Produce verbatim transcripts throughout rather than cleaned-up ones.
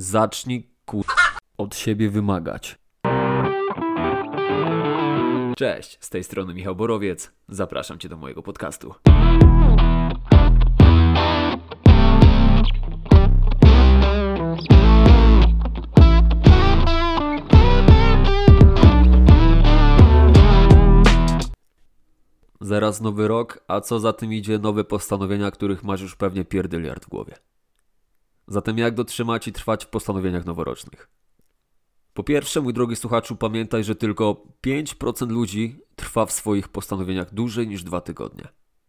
Zacznij kur... od siebie wymagać. Cześć, z tej strony Michał Borowiec. Zapraszam Cię do mojego podcastu. Zaraz nowy rok, a co za tym idzie nowe postanowienia, których masz już pewnie pierdyliard w głowie. Zatem jak dotrzymać i trwać w postanowieniach noworocznych? Po pierwsze, mój drogi słuchaczu, pamiętaj, że tylko pięć procent ludzi trwa w swoich postanowieniach dłużej niż dwa tygodnie.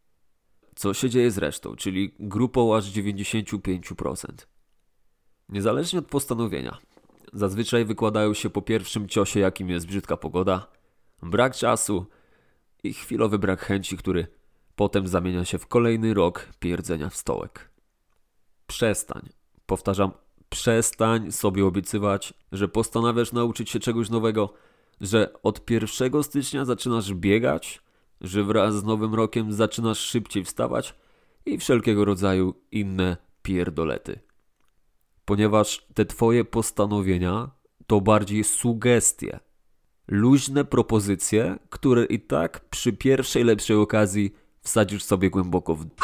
Co się dzieje z resztą, czyli grupą aż dziewięćdziesiąt pięć procent? Niezależnie od postanowienia, zazwyczaj wykładają się po pierwszym ciosie, jakim jest brzydka pogoda, brak czasu i chwilowy brak chęci, który potem zamienia się w kolejny rok pierdzenia w stołek. Przestań, powtarzam, przestań sobie obiecywać, że postanawiasz nauczyć się czegoś nowego, że od pierwszego stycznia zaczynasz biegać, że wraz z nowym rokiem zaczynasz szybciej wstawać i wszelkiego rodzaju inne pierdolety. Ponieważ te twoje postanowienia to bardziej sugestie, luźne propozycje, które i tak przy pierwszej lepszej okazji wsadzisz sobie głęboko w d***.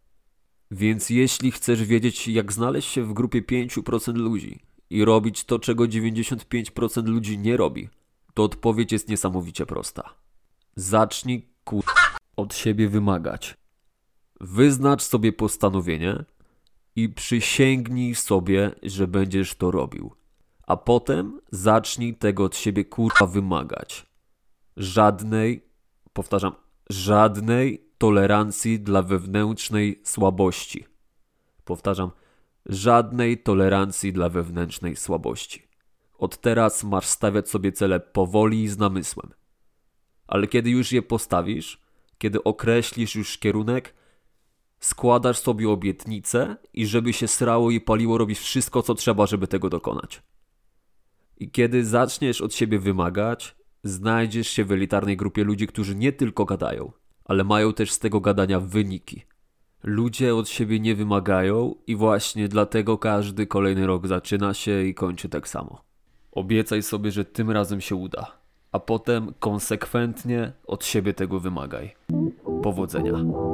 Więc jeśli chcesz wiedzieć, jak znaleźć się w grupie pięć procent ludzi i robić to, czego dziewięćdziesiąt pięć procent ludzi nie robi, to odpowiedź jest niesamowicie prosta. Zacznij kur... od siebie wymagać. Wyznacz sobie postanowienie i przysięgnij sobie, że będziesz to robił. A potem zacznij tego od siebie kurwa wymagać. Żadnej, powtarzam, żadnej tolerancji dla wewnętrznej słabości. Powtarzam, żadnej tolerancji dla wewnętrznej słabości. Od teraz masz stawiać sobie cele powoli i z namysłem. Ale kiedy już je postawisz, kiedy określisz już kierunek, składasz sobie obietnicę i żeby się srało i paliło, robisz wszystko, co trzeba, żeby tego dokonać. I kiedy zaczniesz od siebie wymagać, znajdziesz się w elitarnej grupie ludzi, którzy nie tylko gadają, ale mają też z tego gadania wyniki. Ludzie od siebie nie wymagają i właśnie dlatego każdy kolejny rok zaczyna się i kończy tak samo. Obiecaj sobie, że tym razem się uda, a potem konsekwentnie od siebie tego wymagaj. Powodzenia.